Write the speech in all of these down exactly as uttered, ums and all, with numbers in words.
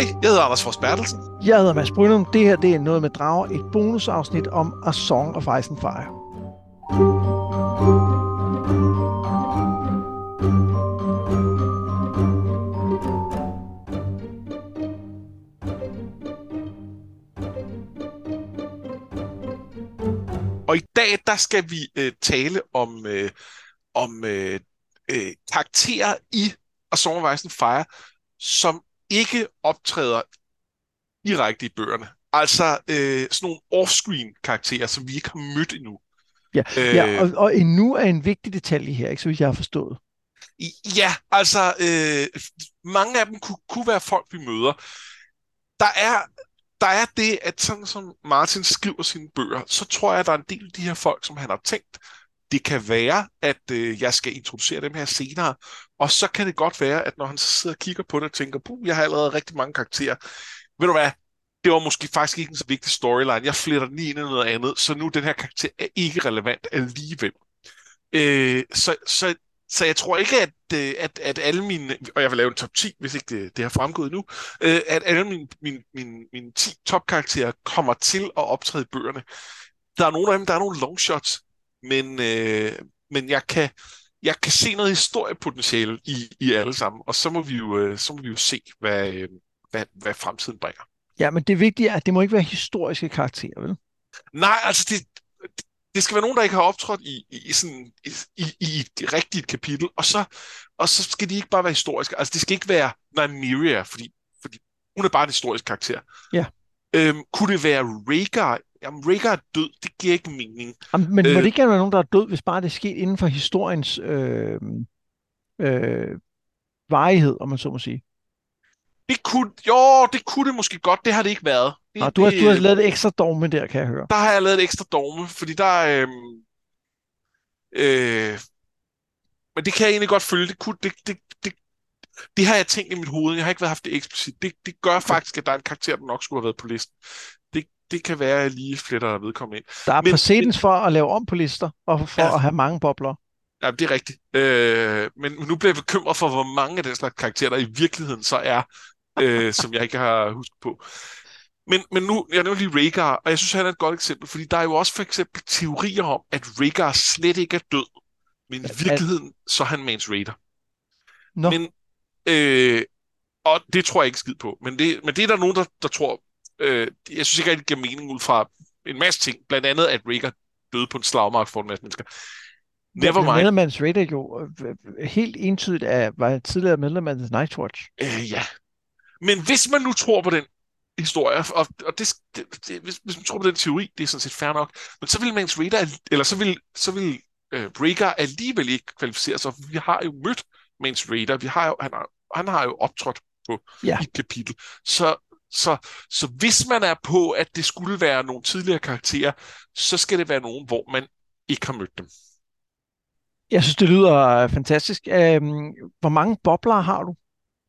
Hej, jeg hedder Anders Frost Bertelsen. Jeg hedder Mads Brynum. Det her det er Noget med Drager, et bonusafsnit om A Song of Ice and Fire. Og i dag, der skal vi øh, tale om, øh, om øh, øh, karakterer i A Song of Ice and Fire, som ikke optræder direkte i bøgerne. Altså øh, sådan nogle off-screen karakterer, som vi ikke har mødt endnu. Ja, Øh, ja og, og endnu er en vigtig detalje her, ikke, så vidt jeg har forstået. Ja, altså øh, mange af dem kunne, kunne være folk, vi møder. Der er, der er det, at sådan som Martin skriver sine bøger, så tror jeg, at der er en del af de her folk, som han har tænkt. Det kan være, at øh, jeg skal introducere dem her senere, og så kan det godt være, at når han så sidder og kigger på det og tænker, puh, jeg har allerede rigtig mange karakterer. Ved du hvad? Det var måske faktisk ikke en så vigtig storyline. Jeg fletter den lige ind i noget andet, så nu den her karakter er ikke relevant alligevel. Øh, så, så, så jeg tror ikke, at, øh, at, at alle mine, og jeg vil lave en top ti, hvis ikke det, det har fremgået nu, øh, at alle mine, mine, mine, mine ti topkarakterer kommer til at optræde i bøgerne. Der er nogle af dem, der er nogle longshots, men, øh, men jeg kan, jeg kan se noget historiepotentiale i, i alle sammen, og så må vi jo, øh, så må vi jo se, hvad, øh, hvad, hvad fremtiden bringer. Ja, men det vigtige er, at det må ikke være historiske karakterer, vel? Nej, altså det, det skal være nogen, der ikke har optrådt i, i, sådan, i, i et rigtigt kapitel, og så, og så skal de ikke bare være historiske. Altså det skal ikke være Nymeria, fordi, fordi hun er bare en historisk karakter. Ja. Øhm, kunne det være Rhaegar? Jamen, Rhaegar er død, det giver ikke mening. Jamen, men Øh, må det ikke gerne være nogen, der er død, hvis bare det er sket inden for historiens øh, øh, varighed, om man så må sige? det kunne, jo, det kunne det måske godt, det har det ikke været. Nå, Det, du har, du har det, lavet et ekstra dogme der, kan jeg høre. der har jeg lavet et ekstra dogme, fordi der er... Øhm, øh, men det kan jeg egentlig godt følge. Det, kunne, det, det, det, det har jeg tænkt i mit hoved. Jeg har ikke været haft det eksplicit. Det, det gør faktisk, at der er en karakter, der nok skulle have været på listen. Det, det kan være, at jeg lige fletter vedkommende ind. Der er Men, præcedens for at lave om på lister, og for ja, at have mange bobler. ja, det er rigtigt. Øh, men nu bliver jeg bekymret for, hvor mange af den slags karakterer, der i virkeligheden så er, øh, som jeg ikke har husket på. Men, men nu, jeg nævner lige Rhaegar, og jeg synes, han er et godt eksempel, fordi der er jo også for eksempel teorier om, at Rhaegar slet ikke er død, men i At, virkeligheden, så er han Mance Raider. nå, Men, øh, og det tror jeg ikke skid på, men det, men det er der nogen, der, der tror, øh, jeg synes ikke rigtig, det giver mening ud fra en masse ting, blandt andet, at Rhaegar døde på en slagmark for en masse mennesker. Never mind. medlem af Raider jo øh, helt entydigt er, var tidligere medlem af The Nightwatch. Øh, ja. Men hvis man nu tror på den historie, og, og det, det, det, hvis, hvis man tror på den teori, det er sådan set fair nok, men så vil Mance Raider, eller så vil, så vil øh, Rhaegar alligevel ikke kvalificere sig, for vi har jo mødt Mance Raider, vi har jo, han, har, han har jo optrådt på Ja. et kapitel. Så, så, så hvis man er på, at det skulle være nogle tidligere karakterer, så skal det være nogen, hvor man ikke har mødt dem. Jeg synes, det lyder fantastisk. Øhm, hvor mange bobler har du?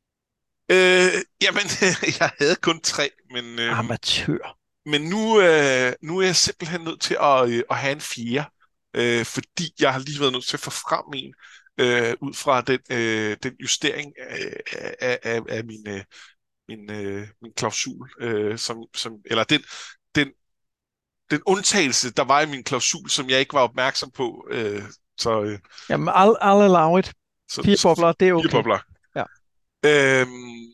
Øh, jamen, jeg havde kun tre, men, øh, Amatør. men nu, øh, nu er jeg simpelthen nødt til at, øh, at have en fjerde, øh, fordi jeg har lige været nødt til at få frem en, øh, ud fra den, øh, den justering af, af, af, af min, øh, min, øh, min klausul, øh, som, som, eller den, den, den undtagelse, der var i min klausul, som jeg ikke var opmærksom på. Øh, så, øh, Jamen, I'll, I'll allow it. så, Fire så bobler, det er fire okay. bobler. Ja. Øhm,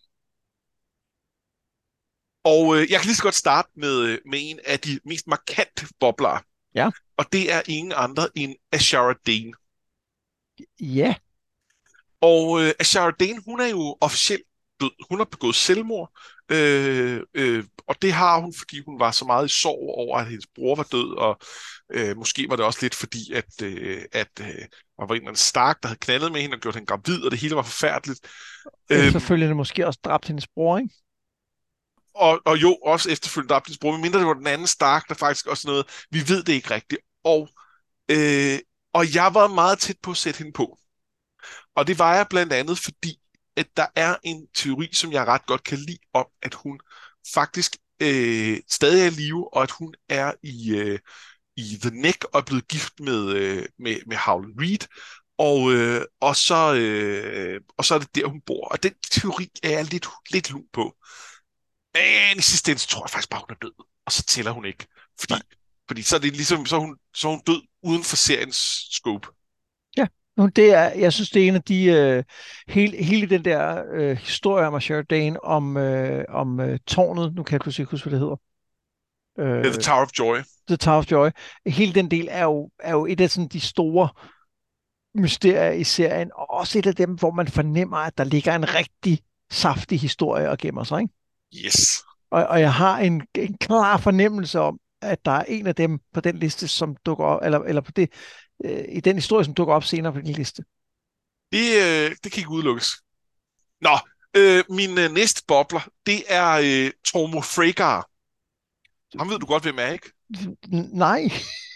og øh, jeg kan lige så godt starte med, med en af de mest markante bobler. Ja. Og det er ingen andre end Ashara Dane. Ja. Og øh, Ashara Dane, hun er jo officielt død. Hun har begået selvmord. Øh, øh, og det har hun, fordi hun var så meget i sorg over, at hendes bror var død. Og øh, måske var det også lidt fordi, at, øh, at øh, der var en eller anden Stark, der havde knaldet med hende og gjort hende gravid, og det hele var forfærdeligt. Efterfølgende måske også dræbt hendes bror, ikke? Og, og jo, også efterfølgende dræbt hendes bror, men mindre det var den anden Stark, der faktisk også noget, vi ved det ikke rigtigt. Og, øh, og jeg var meget tæt på at sætte hende på. Og det var jeg blandt andet, fordi at der er en teori, som jeg ret godt kan lide, om at hun faktisk øh, stadig er i live, og at hun er i, øh, i The Neck og er blevet gift med, øh, med, med Howland Reed. Og, øh, og, så, øh, og så er det der, hun bor. Og den teori er jeg lidt, lidt lun på. Men i sidste ende, så tror jeg faktisk bare, hun er død. Og så tæller hun ikke. Fordi, Nej. fordi så er det ligesom, så er hun, så er hun død uden for seriens scope. Ja, nu, det er, jeg synes, det er en af de, øh, hele, hele den der øh, historie om Ashara Dane, om, øh, om øh, tårnet, nu kan jeg pludselig ikke huske, hvad det hedder, The øh, Tower of Joy. The Tower of Joy, hele den del er jo, er jo et af sådan, de store mysterier i serien, og også et af dem, hvor man fornemmer, at der ligger en rigtig saftig historie og gemmer sig, ikke? Yes. Og, og jeg har en, en klar fornemmelse om, at der er en af dem på den liste, som dukker op, eller, eller på det, øh, i den historie, som dukker op senere på den liste. Det, øh, det kan ikke udelukkes. Nå, øh, min øh, næste bobler, det er øh, Tormod Freygar. Ham ved du godt, hvem er, ikke? N- Nej,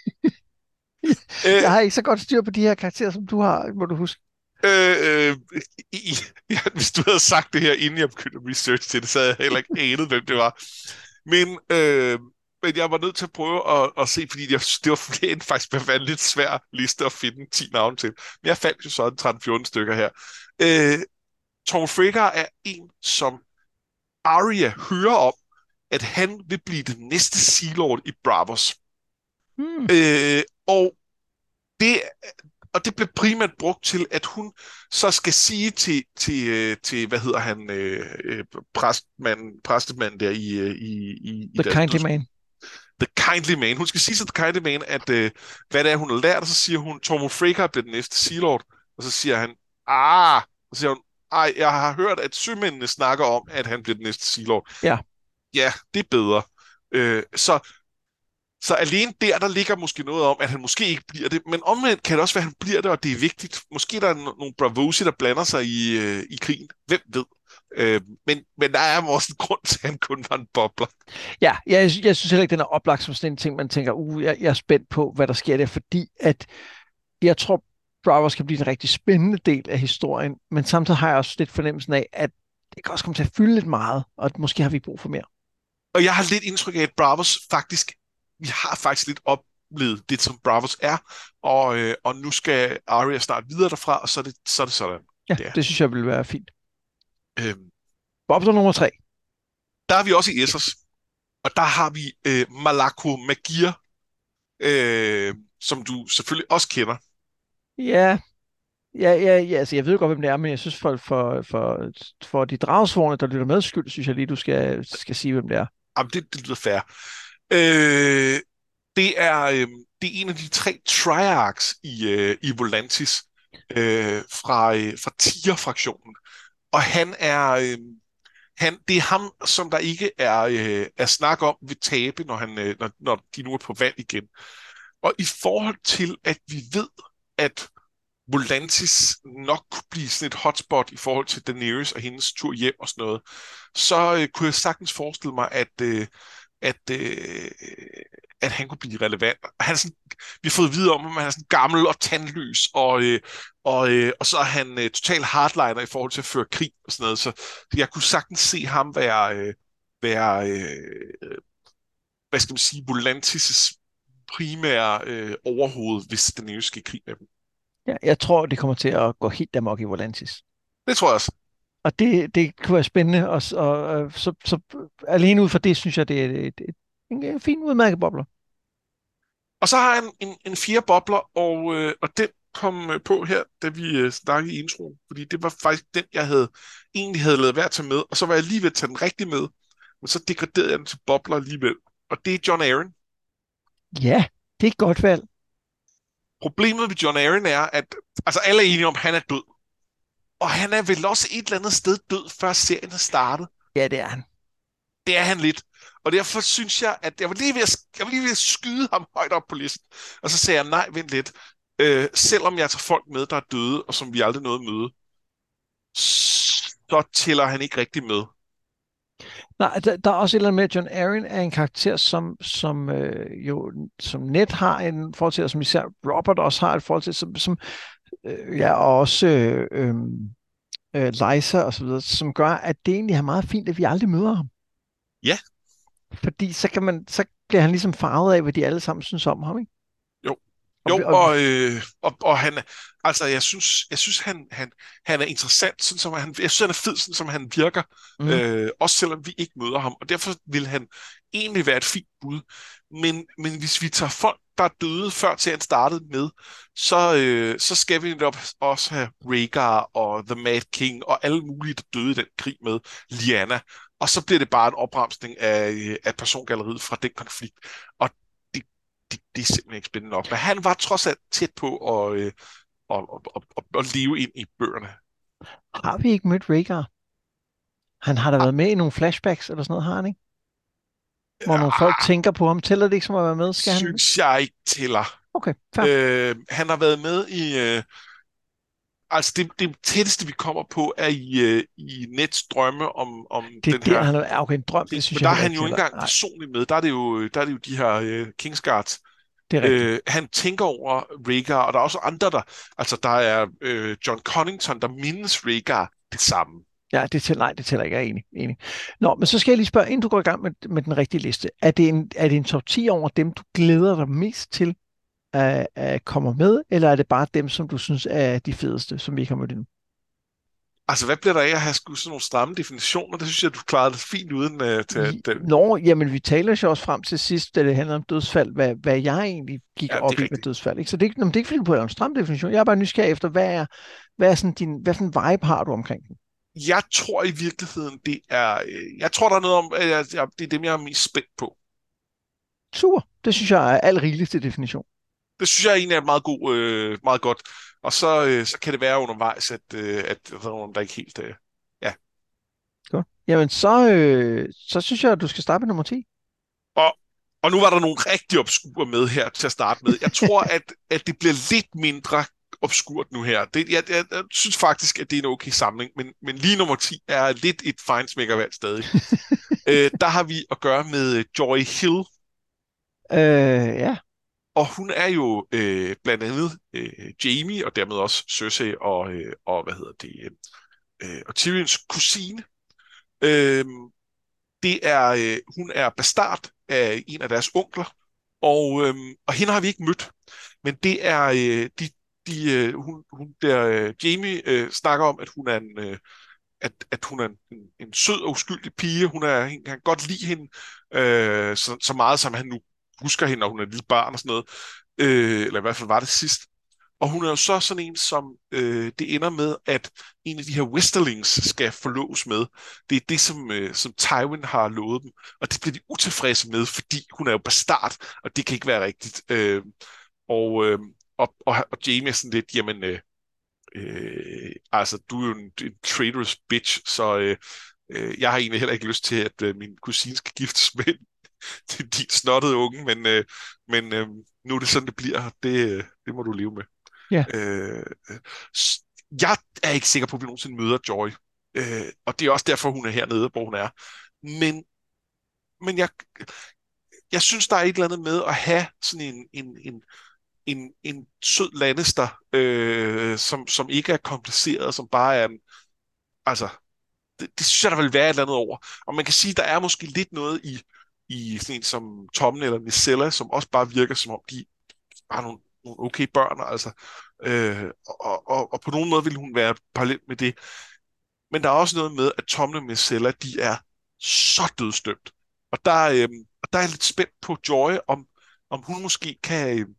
Øh, jeg har ikke så godt styr på de her karakterer, som du har, må du huske. øh, øh, i, ja, hvis du havde sagt det her, inden jeg begyndte at research til det, så havde jeg heller ikke anet, hvem det var. Men, øh, men jeg var nødt til at prøve at, at se, fordi jeg, det var det faktisk være en lidt svær liste at finde ti navne til. Men jeg fandt jo sådan tretten fjorten stykker her. Øh, Tormod Freygar er en, som Arya hører om, at han vil blive den næste Sea Lord i Bravos. Hmm. Øh, og det og det blev primært brugt til, at hun så skal sige til, til, øh, til hvad hedder han, øh, øh, præstmanden, præstemanden der i, øh, i, i, i The deres Kindly døds- Man. The Kindly Man. Hun skal sige til The Kindly Man, at øh, hvad det er, hun har lært, og så siger hun, Tormod Freygar bliver den næste Sea Lord. Og så siger han, ah, og så siger hun, ej, jeg har hørt, at sømændene snakker om, at han bliver den næste Sea Lord. Ja. Ja, det er bedre. Øh, så Så alene der, der ligger måske noget om, at han måske ikke bliver det, men omvendt kan det også være, at han bliver det, og det er vigtigt. Måske der er no- nogle Bravosi, der blander sig i, øh, i krigen. Hvem ved? Øh, men, men der er også en grund til, at han kun var en bobler. Ja, jeg, jeg synes heller ikke, den er oplagt som sådan en ting, man tænker, uh, jeg, jeg er spændt på, hvad der sker der, fordi at jeg tror, Bravos kan blive en rigtig spændende del af historien, men samtidig har jeg også lidt fornemmelsen af, at det kan også komme til at fylde lidt meget, og at måske har vi brug for mere. Og jeg har lidt indtryk af, at Bravos faktisk, vi har faktisk lidt oplevet det, som Bravos er, og, øh, og nu skal Arya snart videre derfra, og så er det, så er det sådan. Ja, Det er. det synes jeg vil være fint. Øh, Bobler nummer tre. der er vi også i Essos, og der har vi øh, Malako Magir, øh, som du selvfølgelig også kender. Ja, ja, ja, ja, altså jeg ved godt, hvem det er, men jeg synes for, for, for, for de dragsvorne, der lytter med skyld, synes jeg lige, du skal, skal sige, hvem det er. Jamen, det, det lyder fair. Øh, det, er, øh, det er en af de tre triarchs i, øh, i Volantis øh, fra, øh, fra Tier-fraktionen. Og han er... Øh, han, det er ham, som der ikke er, øh, er snak om vil tabe, når, han, øh, når, når de nu er på valg igen. Og i forhold til, at vi ved, at Volantis nok kunne blive sådan et hotspot i forhold til Daenerys og hendes tur hjem og sådan noget, så øh, kunne jeg sagtens forestille mig, at, øh, at, øh, at han kunne blive relevant. Han er sådan, vi har fået at vide om, at han er sådan gammel og tandløs, og, øh, og, øh, og så er han øh, total hardliner i forhold til at føre krig og sådan noget. Så jeg kunne sagtens se ham være, øh, være øh, hvad skal man sige, Volantis' primære øh, overhoved, hvis Daenerys skal i krig med dem. Ja, jeg tror, det kommer til at gå helt amok i Volantis. Det tror jeg også. Og det, det kunne være spændende, og, og, og så, så alene ud fra det, synes jeg, det er et, et, et, en, en fin udmærket bobler. Og så har jeg en, en, en fire bobler, og, øh, og den kom øh, på her, da vi øh, snakkede i introen, fordi det var faktisk den, jeg havde egentlig havde lavet være at tage med, og så var jeg lige ved at tage den rigtig med, men så degraderede jeg den til bobler alligevel, og det er Jon Arryn. Ja, det er et godt valg. Problemet med Jon Arryn er, at altså alle er enige om, at han er død. Og han er vel også et eller andet sted død, før serien er startet. Ja, det er han. Det er han lidt. Og derfor synes jeg, at jeg var lige ved at, jeg var lige ved at skyde ham højt op på listen. Og så sagde jeg, nej, vent lidt. Øh, selvom jeg tager folk med, der er døde, og som vi aldrig nåede at møde, så tæller han ikke rigtig med. Nej, der, der er også et eller andet med, at Jon Arryn er en karakter, som, som øh, jo som Ned har en forhold til, og som især Robert også har et forhold til, som, som øh, ja, og også øh, øh, øh, Lysa og så videre, som gør, at det egentlig er meget fint, at vi aldrig møder ham. Ja. Fordi så kan man, så bliver han ligesom farvet af, hvad de alle sammen synes om ham, ikke? Jo. Og, Jo, og, og, øh, og, og han, er- altså, jeg synes, jeg synes han, han, han er interessant, sådan som han, jeg synes, han er fed, sådan som han virker, mm, øh, også selvom vi ikke møder ham, og derfor vil han egentlig være et fint bud. Men, men hvis vi tager folk, der er døde, før til han startede med, så, øh, så skal vi netop også have Rhaegar og The Mad King og alle mulige, der døde i den krig med Lyanna. Og så bliver det bare en opremsning af, øh, af persongalleriet fra den konflikt. Og det, det, det er simpelthen ikke spændende nok. Men han var trods alt tæt på at, øh, at, at, at, at leve ind i bøgerne. har vi ikke mødt Rhaegar? Han har da været med i nogle flashbacks eller sådan noget, har han ikke? Hvor nogle folk Ah, tænker på ham. Tæller det ikke som at være med? Skal han? synes jeg ikke tæller. Okay, fair. Øh, han har været med i... Øh, altså det, det tætteste, vi kommer på, er i, øh, i Nets drømme om, om Det er den der, her han er. Okay, en drøm, det ting. synes Men jeg der er heller han ikke jo ikke tæller. engang Nej, personligt med. Der er det jo, der er det jo de her øh, Kingsguards. det er rigtigt. Øh, han tænker over Rhaegar, og der er også andre, der... Altså, der er øh, John Connington, der mindes Rhaegar det samme. Ja, det tæller, nej, det tæller ikke. Jeg er enig, enig. Nå, men så skal jeg lige spørge, inden du går i gang med, med den rigtige liste. Er det, en, er det en top ti over dem, du glæder dig mest til at, at komme med, eller er det bare dem, som du synes er de fedeste, som vi ikke har mødt endnu? Altså, hvad bliver der af at have sgu sådan nogle stramme definitioner? Det synes jeg, du klarede det fint uden uh, til I- den. Nå, jamen vi taler jo også frem til sidst, da det handler om dødsfald, hvad, hvad jeg egentlig gik Ja, op det er i med rigtigt. dødsfald. Ikke? Så det, er ikke- nå, men det er ikke fordi, du har en stram definition. Jeg er bare nysgerrig efter, hvad er, hvad er sådan din, hvad for en vibe har du omkring den? Jeg tror i virkeligheden, det er... øh, Jeg tror, der er noget om, at jeg, jeg, det er dem, jeg er mest spændt på. Super, det synes jeg er alt rigeligste definition. Det synes jeg egentlig er meget, god, øh, meget godt. Og så, øh, så kan det være undervejs, at, øh, at der er nogen, der ikke helt... Øh, ja. Godt. Jamen så, øh, så synes jeg, at du skal starte med nummer ti. Og, og nu var der nogle rigtig obskure med her til at starte med. Jeg tror, at, at det bliver lidt mindre obskurt nu her. Det, jeg, jeg, jeg synes faktisk, at det er en okay samling, men, men lige nummer ti er lidt et fejnsmækkervalg stadig. øh, der har vi at gøre med øh, Joy Hill, Øh, ja, og hun er jo øh, blandt andet øh, Jamie, og dermed også Cersei og, øh, og hvad hedder det, øh, og Tyrions kusine. Øh, det er, øh, hun er bastard af en af deres onkler, og, øh, og hende har vi ikke mødt. Men det er, øh, de, de, øh, hun, hun der, øh, Jamie øh, snakker om, at hun er en, øh, at, at hun er en, en, en sød og uskyldig pige. Hun er, han kan godt lide hende, øh, så, så meget som han nu husker hende, når hun er et lille barn og sådan noget. Øh, eller i hvert fald var det sidst. Og hun er jo så sådan en, som øh, det ender med, at en af de her Westerlings skal forloves med. Det er det, som, øh, som Tywin har lovet dem. Og det bliver de utilfredse med, fordi hun er jo bastard, og det kan ikke være rigtigt. Øh, og, øh, og, og, og Jamie er sådan lidt, jamen, øh, øh, altså, du er jo en, en traitorous bitch, så øh, øh, jeg har egentlig heller ikke lyst til, at øh, min kusine skal giftes med din snottede unge, men, øh, men øh, nu er det sådan, det bliver. Det, øh, det må du leve med. ja. Øh, s- jeg er ikke sikker på, at vi nogensinde møder Joy. Øh, og det er også derfor, hun er hernede, hvor hun er. Men, men jeg, jeg synes, der er et eller andet med at have sådan en, en, en, en, en sød Lannister, øh, som, som ikke er kompliceret, som bare er en... Altså, det, det synes jeg, der vil være et eller andet over. Og man kan sige, der er måske lidt noget i, i sådan en som Tommen eller Micella, som også bare virker, som om de har nogle, nogle okay børn, altså. Øh, og, og, og på nogen måde vil hun være parallel med det. Men der er også noget med, at Tommen og Micella, de er så dødsdømt. Og der, øh, og der er jeg lidt spændt på Joy, om, om hun måske kan, øh,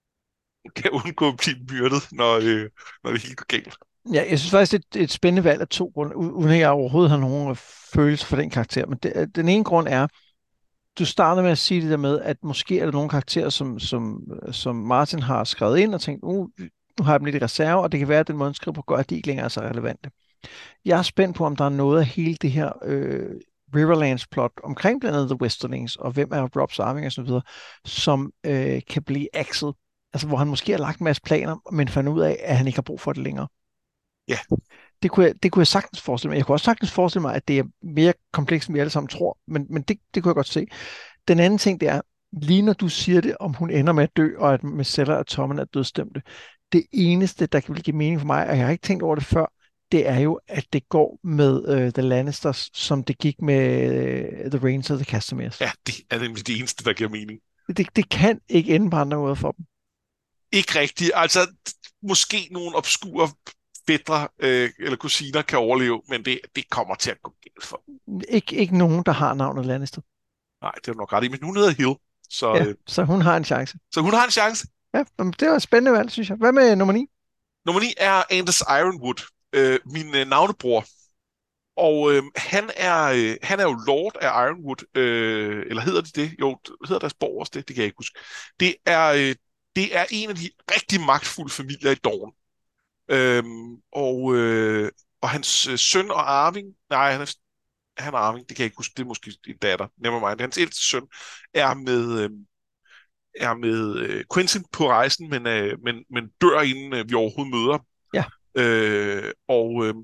kan undgå at blive myrdet, når, øh, når det hele går galt. Ja, jeg synes faktisk, det er et spændende valg af to grunde, u- uden at jeg overhovedet har nogen følelse for den karakter. Men det, den ene grund er, du starter med at sige det der med, at måske er der nogle karakterer, som, som, som Martin har skrevet ind og tænkt, uh, nu har jeg dem lidt i reserve, og det kan være, at den måde, han skriver på, gør, at de ikke længere er så relevante. Jeg er spændt på, om der er noget af hele det her øh, Riverlands plot omkring blandt andet The Westerlings, og hvem er Robs arving og så videre, som øh, kan blive axet. Altså, hvor han måske har lagt en masse planer, men fandt ud af, at han ikke har brug for det længere. Ja, Det kunne, jeg, det kunne jeg sagtens forestille mig. Jeg kunne også sagtens forestille mig, at det er mere komplekst, end vi alle sammen tror, men, men det, det kunne jeg godt se. Den anden ting, det er, lige når du siger det, om hun ender med at dø, og at Micella og Tommen er dødsdømte, det eneste, der kan give mening for mig, og jeg har ikke tænkt over det før, det er jo, at det går med uh, The Lannisters, som det gik med uh, The Rhaens og The Castamere. ja, det er nemlig det eneste, der giver mening. Det, det kan ikke ende på andre måder for dem. Ikke rigtigt. Altså, måske nogle obskure fætre øh, eller kusiner kan overleve, men det, det kommer til at gå galt for. Ikke, ikke nogen, der har navnet Lannister. Nej, det er du nok ret i, men hun hedder Hill, så, Ja, øh, så hun har en chance. så hun har en chance. Ja, men det var et spændende valg, synes jeg. Hvad med nummer ni? Nummer ni er Anders Ironwood, øh, min øh, navnebror. Og øh, han er øh, han er jo Lord af Ironwood, øh, eller hedder de det? Jo, hedder deres borg også det? Det kan jeg ikke huske. Det er, øh, det er en af de rigtig magtfulde familier i Dorne. Øhm, og, øh, og hans øh, søn og arving, nej, han er, han er arving, det kan jeg ikke huske, det er måske en datter, nevermind. Hans ældste søn er med, øh, er med øh, Quentin på rejsen, men, øh, men, men dør inden øh, vi overhovedet møder ham. Ja. Øh, og øh,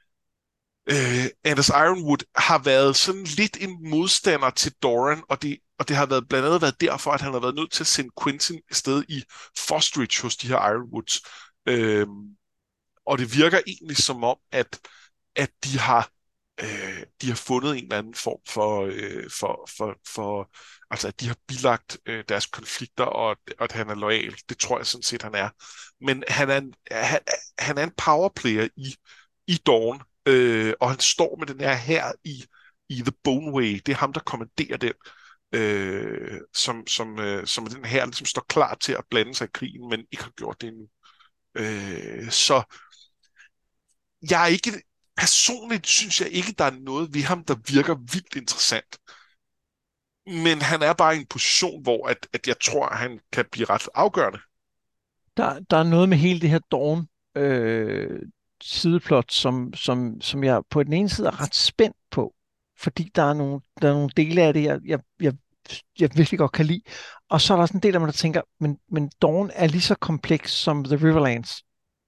øh, Anders Ironwood har været sådan lidt en modstander til Doran, og det, og det har været, blandt andet været derfor, at han har været nødt til at sende Quentin afsted i Fosterage hos de her Ironwoods. Øh, og det virker egentlig som om, at, at de har øh, de har fundet en eller anden form for, øh, for, for, for altså at de har bilagt øh, deres konflikter, og, og at han er lojal. Det tror jeg sådan set, han er. Men han er en, han, han er en powerplayer i, i Dawn, øh, og han står med den her her i, i The Boneway. Det er ham, der kommanderer den, øh, som, som, øh, som den her ligesom står klar til at blande sig i krigen, men ikke har gjort det endnu. Øh, så jeg er ikke, personligt synes jeg ikke, der er noget ved ham, der virker vildt interessant. Men han er bare i en position, hvor at, at jeg tror, at han kan blive ret afgørende. Der, der er noget med hele det her Dawn øh, sideplot, som, som, som jeg på den ene side er ret spændt på, fordi der er nogle, der er nogle dele af det, jeg, jeg, jeg, jeg virkelig godt kan lide. Og så er der også en del af mig, der tænker, men, men Dawn er lige så kompleks som The Riverlands.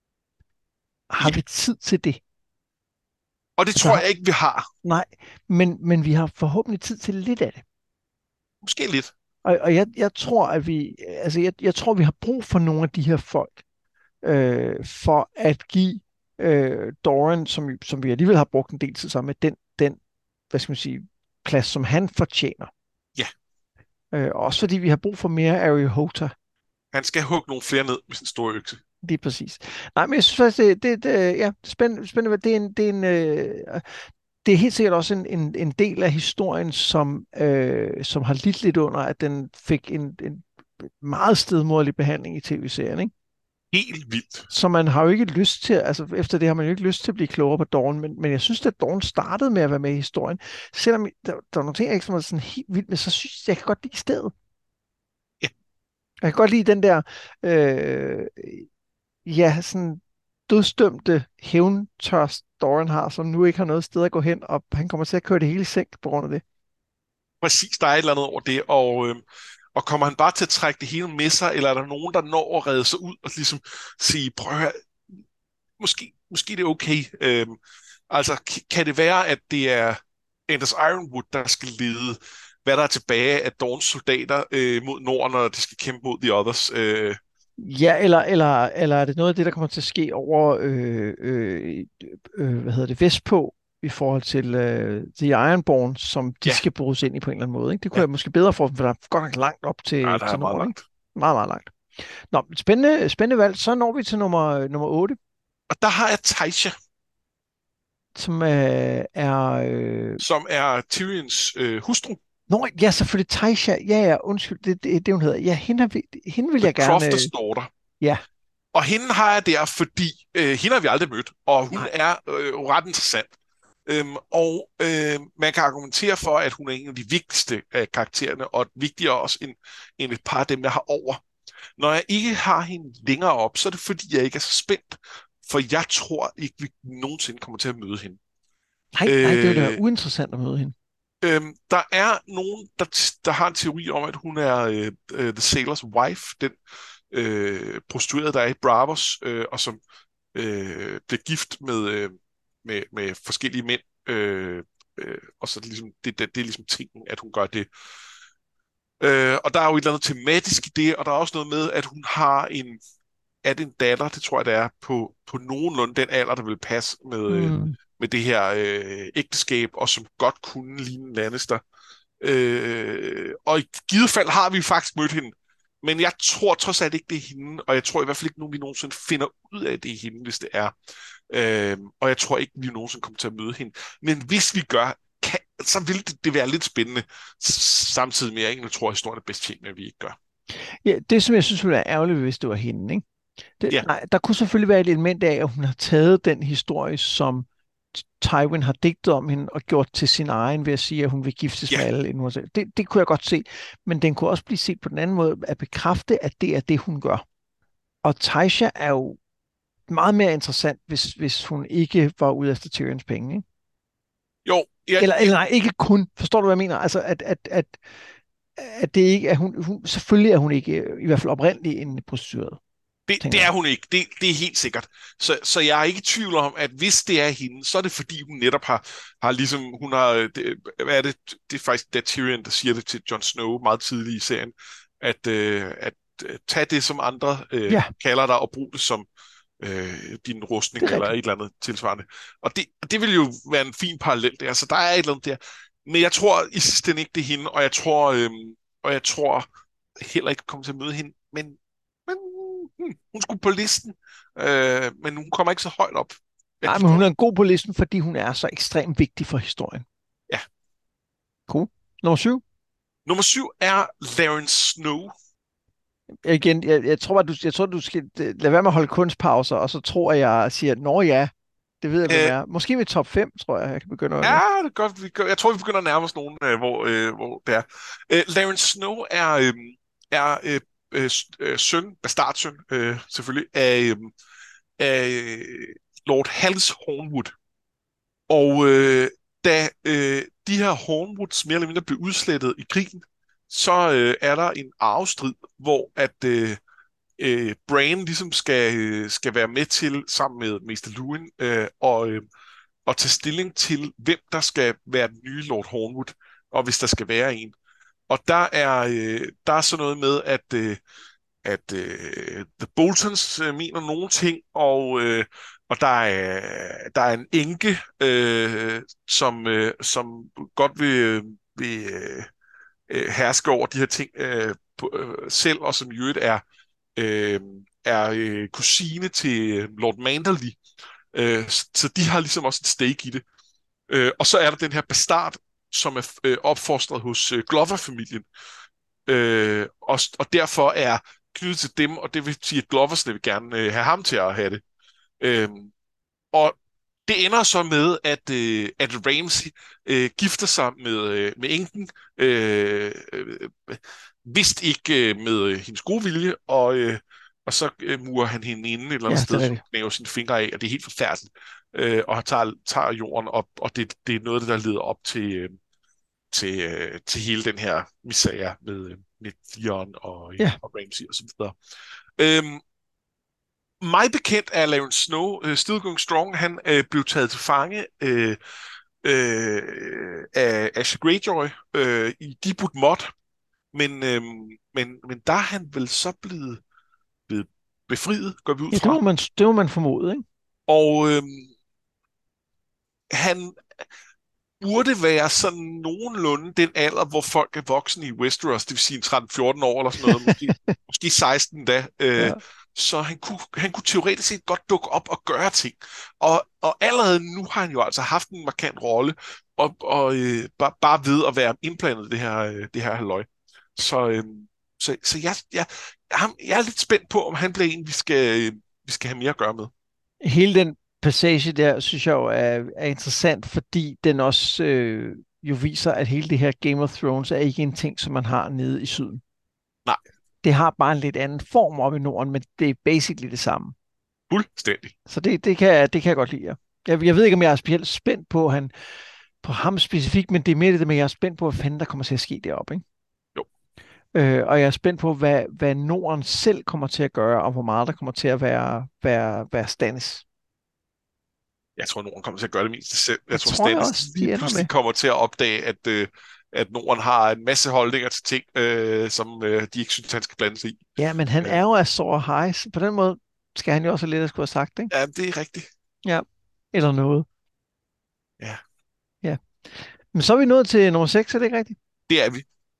Har Ja. vi tid til det? Og det Altså, tror jeg ikke, vi har. nej, men, men vi har forhåbentlig tid til lidt af det. Måske lidt. Og, og jeg, jeg tror, at vi, altså jeg, jeg tror, vi har brug for nogle af de her folk, øh, for at give øh, Doran, som, som vi alligevel har brugt en del tid sammen med, den, den, hvad skal man sige, plads, som han fortjener. Ja. Øh, også fordi vi har brug for mere Ari Hota. Han skal hugge nogle flere ned med sin store økse. Lige præcis. Nej, men jeg synes faktisk, det, det, det ja, spændende, spændende. Det er en, det er en, øh, det er helt sikkert også en, en, en del af historien, som, øh, som har lidt lidt under, at den fik en, en meget stedmoderlig behandling i tv-serien, ikke? Helt vildt. Så man har jo ikke lyst til, altså efter det har man jo ikke lyst til at blive klogere på Dawn, men, men jeg synes, at Dawn startede med at være med i historien. Selvom der, der var nogle ting, jeg ikke var sådan helt vildt, men så synes jeg, jeg kan godt lide stedet. Ja. Jeg kan godt lide den der, øh, ja, sådan dødsdømte hævntørst, Doran har, som nu ikke har noget sted at gå hen, og han kommer til at køre det hele i sænk på grund af det. Præcis, der er et eller andet over det, og, øh, og kommer han bare til at trække det hele med sig, eller er der nogen, der når at redde sig ud og ligesom sige, prøv at høre, måske, måske det er okay. Øh, altså, k- kan det være, at det er Anders Ironwood, der skal lede, hvad der er tilbage af Dawns soldater øh, mod nord, når de skal kæmpe mod The Others? Øh, Ja, eller, eller, eller er det noget af det, der kommer til at ske over, øh, øh, øh, hvad hedder det, vestpå, i forhold til øh, The Ironborn, som de ja, skal bruges ind i på en eller anden måde, ikke? Det kunne ja. jeg måske bedre for, for der er godt nok langt op til, Ja, der til er meget nord, ikke? langt. Meget, meget langt. Nå, spændende, spændende valg. Så når vi til nummer, nummer otte, Og der har jeg Taisha, som øh, er... Øh... som er Tyrions øh, hustru. Nå, ja, selvfølgelig Taisha. Ja, ja, undskyld, det, det, det hun hedder. Ja, hende, vil, hende vil The jeg gerne... Crofters daughter. Ja. Og hende har jeg der, fordi øh, hende har vi aldrig mødt, og hun Nej. er øh, ret interessant. Øhm, og øh, man kan argumentere for, at hun er en af de vigtigste af karaktererne, og vigtigere også end, end et par af dem, jeg har over. Når jeg ikke har hende længere op, så er det fordi, jeg ikke er så spændt, for jeg tror ikke, vi nogensinde kommer til at møde hende. Nej, nej, det er jo da Øh, uinteressant at møde hende. Øhm, der er nogen, der, der har en teori om, at hun er øh, øh, The Sailor's Wife, den øh, prostituerede, der er i Bravos, øh, og som øh, bliver gift med, øh, med, med forskellige mænd. Øh, øh, og så er det, ligesom, det, det, det er ligesom tingen, at hun gør det. Øh, og der er jo et eller andet tematisk i det, og der er også noget med, at hun har en, er det en datter, det tror jeg det er, på, på nogenlunde den alder, der vil passe med, øh, Mm. med det her øh, ægteskab, og som godt kunne ligne Lannister. Øh, og i givet fald har vi faktisk mødt hende. men jeg tror trods alt ikke, det er hende, og jeg tror i hvert fald ikke, nogen vi nogensinde finder ud af, det er hende, hvis det er. Øhm, og jeg tror ikke, vi nogensinde kommer til at møde hende. Men hvis vi gør, kan, så vil det, det være lidt spændende, samtidig med, at jeg egentlig tror, at historien er bedst tjent med, at vi ikke gør. Ja, det, som jeg synes ville være ærgerligt, hvis det var hende, ikke? Det, Ja, nej, der kunne selvfølgelig være et element af, at hun har taget den historie, som Tywin har digtet om hende, og gjort til sin egen ved at sige, at hun vil giftes ja, med alle. Inden hun selv. Det, det kunne jeg godt se. Men den kunne også blive set på den anden måde, at bekræfte, at det er det, hun gør. Og Tysha er jo meget mere interessant, hvis, hvis hun ikke var ude efter Tyrions penge. Ikke? jo, ja, Eller, ja, eller nej, ikke kun. Forstår du, hvad jeg mener? Altså, at, at, at, at det ikke er hun, hun... Selvfølgelig er hun ikke, i hvert fald oprindeligt, en prostitueret, det, tænker det jeg. er hun ikke. Det, det er helt sikkert. Så, så jeg er ikke i tvivl om, at hvis det er hende, så er det fordi, hun netop har, har ligesom, hun har, det, hvad er det, det er faktisk det Tyrion, der siger det til Jon Snow meget tidligt i serien, at, øh, at øh, tage det, som andre øh, Ja, kalder dig, og bruge det som øh, din rustning, det er eller et rigtigt. eller andet tilsvarende. Og det, det vil jo være en fin parallel der, så der er et eller andet der. Men jeg tror i sidste ende ikke, det er hende, og jeg tror, øh, og jeg tror heller ikke kommer til at møde hende, men, men hmm, hun skulle på listen, øh, men hun kommer ikke så højt op. Jeg Nej, kan men hun forstå. er god på listen, fordi hun er så ekstremt vigtig for historien. Ja. Cool. Nummer syv. Nummer syv er Laren Snow. Igen, jeg, jeg tror, at du, jeg tror, du skal øh, lade være med at holde kunstpauser, og så tror jeg, jeg siger, nå ja, det ved jeg, hvem Øh, er. Måske med top fem, tror jeg, jeg kan begynde at ja, nu. det er godt. Vi, gør- jeg tror, vi begynder at nærme os nogen, øh, hvor, øh, hvor det er. Øh, Laren Snow er, øh, er øh, øh, s- øh, søn, bastardsøn, øh, selvfølgelig, af, øh, af øh, Lord Hals Hornwood. Og øh, da øh, de her Hornwoods mere eller mindre blev udslettet i krigen, så øh, er der en arvestrid, hvor at øh, øh, Bran ligesom skal, øh, skal være med til, sammen med Mester Luwin, øh, og, øh, og tage stilling til, hvem der skal være den nye Lord Hornwood, og hvis der skal være en. Og der er, øh, der er så noget med, at, øh, at øh, The Boltons øh, mener nogle ting, og, øh, og der er, der er en enke, øh, som, øh, som godt vil, vil øh, øh, herske over de her ting øh, på, øh, selv, og som i øvrigt er, øh, er øh, kusine til Lord Manderly. Øh, så de har ligesom også et stake i det. Øh, og så er der den her bastard, som er øh, opfostret hos øh, Glover-familien, øh, og, og derfor er knyttet til dem, og det vil sige, at Gloversne vil gerne øh, have ham til at have det. Øh, og det ender så med, at, øh, at Ramsay øh, gifter sig med, øh, med enken, øh, øh, vist ikke øh, med øh, hendes gode vilje, og, øh, og så øh, murer han hende inde et eller Ja, andet det er sted, som rigtigt. knæver sine fingre af, og det er helt forfærdeligt. Øh, og han tager, tager jorden op, og det, det er noget af det, der leder op til, øh, til, øh, til hele den her misære med, øh, med Theon og, øh, Ja, og Ramsay og så videre. Øhm, mig bekendt er Laren Snow, øh, Still Going Strong, han øh, blev taget til fange øh, øh, af Asher Greyjoy øh, i Deepwood Mod, men, øh, men, men der er han vel så blevet, blevet befriet, går vi ud ja det, må fra. man, det må man formode, ikke? Og øh, han burde være sådan nogenlunde den alder, hvor folk er voksne i Westeros, det vil sige tretten fjorten år eller sådan noget, måske, måske seksten da. Øh, Ja. så han kunne, han kunne teoretisk set godt dukke op og gøre ting. Og, og allerede nu har han jo altså haft en markant rolle, og, og øh, bare, bare ved at være indblandet i det her, øh, det her halløj. Så, øh, så, så jeg, jeg, jeg, jeg er lidt spændt på, om han bliver en, vi skal, øh, vi skal have mere at gøre med. Hele den passage der, synes jeg jo er, er interessant, fordi den også øh, jo viser, at hele det her Game of Thrones er ikke en ting, som man har nede i syden. Nej, Det har bare en lidt anden form oppe i Norden, men det er basically det samme. fuldstændig. Så det, det, kan, jeg- det kan jeg godt lide. Ja. Jeg, jeg ved ikke, om jeg er specielt spændt på, han, på ham specifikt, men det er mere det, med, at jeg er spændt på, hvad fanden der kommer til at ske deroppe. Ikke? Jo. Øh, og jeg er spændt på, hvad, hvad Norden selv kommer til at gøre, og hvor meget der kommer til at være, være, være Stannis. Jeg tror, Norden kommer til at gøre det mest selv. Jeg Det tror, tror jeg Stannis også, de lige ender med. pludselig kommer til at opdage, at, øh, at Norden har en masse holdninger til ting, øh, som øh, de ikke synes, han skal blande sig i. Ja, men han Øh, er jo Azor Ahai, så på den måde skal han jo også have lidt at skulle have sagt, ikke? ja, det er rigtigt. Ja, eller noget. Ja, Ja. Men så er vi nået til nummer seks, er det ikke rigtigt? det er vi.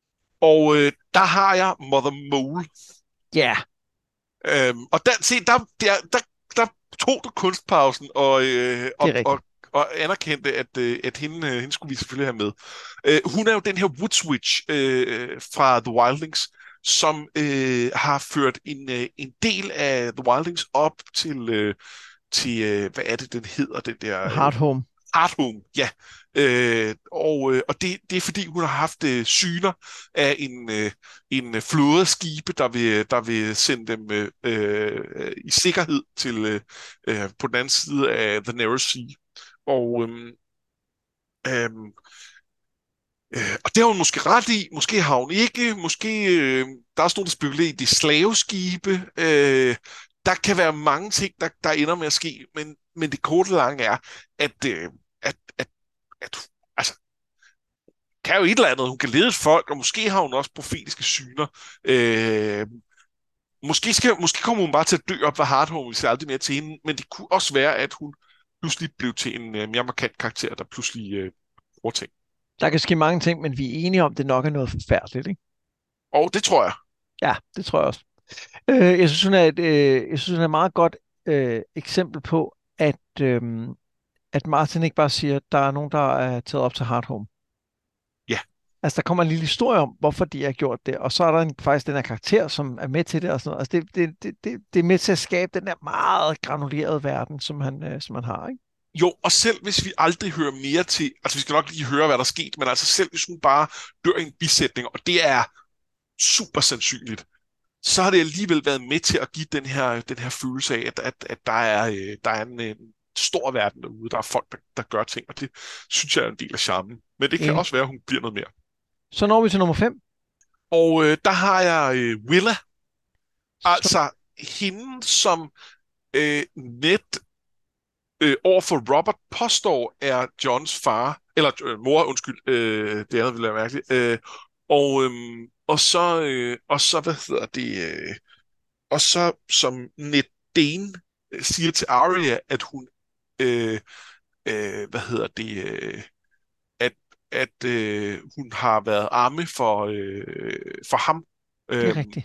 Og øh, der har jeg Mother Mole. Ja, yeah, Øhm, og der, se, der, der, der, der tog du kunstpausen og, øh, det og, er rigtigt. og, og anerkendte, at, øh, at hende, øh, hende skulle vi selvfølgelig have med. Øh, hun er jo den her Woods Witch øh, fra The Wildlings, som øh, har ført en, øh, en del af The Wildlings op til, øh, til øh, hvad er det, den hedder, den der... Øh, Hard Home. Hardhome, ja. Øh, og øh, og det, det er fordi, hun har haft øh, syner af en, øh, en øh, flåde af skibe, der vil, der vil sende dem øh, øh, i sikkerhed til øh, øh, på den anden side af The Narrow Sea. Og, øh, øh, øh, og det har hun måske ret i, måske har hun ikke, måske øh, der er også nogen, der spekulerer i de slaveskibe. Øh, der kan være mange ting, der, der ender med at ske, men, men det korte lange er, at, øh, at, at at altså, kan jo et eller andet. Hun kan lede et folk, og måske har hun også profetiske syner. Øh, måske, skal, måske kommer hun bare til at dø op ved Hardhome, hvis jeg aldrig mere til hende, men det kunne også være, at hun pludselig blev til en øh, mere markant karakter, der pludselig øh, bruger ting. Der kan ske mange ting, men vi er enige om, det nok er noget forfærdeligt, ikke? Og det tror jeg. Ja, det tror jeg også. Øh, jeg synes, hun er et, øh, jeg synes, hun er et meget godt øh, eksempel på, at, øh, at Martin ikke bare siger, at der er nogen, der er taget op til Hard Home. Ja. Altså, der kommer en lille historie om, hvorfor de har gjort det, og så er der en, faktisk den her karakter, som er med til det og sådan noget. Altså, det, det, det, det, det er med til at skabe den der meget granulerede verden, som han, øh, som han har, ikke? Jo, og selv hvis vi aldrig hører mere til, altså vi skal nok lige høre, hvad der er sket, men altså selv hvis hun bare dør i en bisætning, og det er super sandsynligt, så har det alligevel været med til at give den her, den her følelse af, at, at, at der er, øh, der er en, en stor verden derude. Der er folk, der, der gør ting, og det synes jeg er en del af charmen. Men det kan Enig. også være, at hun bliver noget mere. Så når vi til nummer fem. Og øh, der har jeg øh, Willa, Som, altså hende, som øh, net øh, overfor Robert påstår er Johns far, eller øh, mor, undskyld, øh, det andet ville være mærkeligt. Øh, og, øh, og, så, øh, og så, hvad hedder det... Øh, Og så, som Ned Dane øh, siger til Arya, at hun, øh, øh, hvad hedder det, øh, at, at øh, hun har været arme for, øh, for ham. det er Øhm, rigtigt.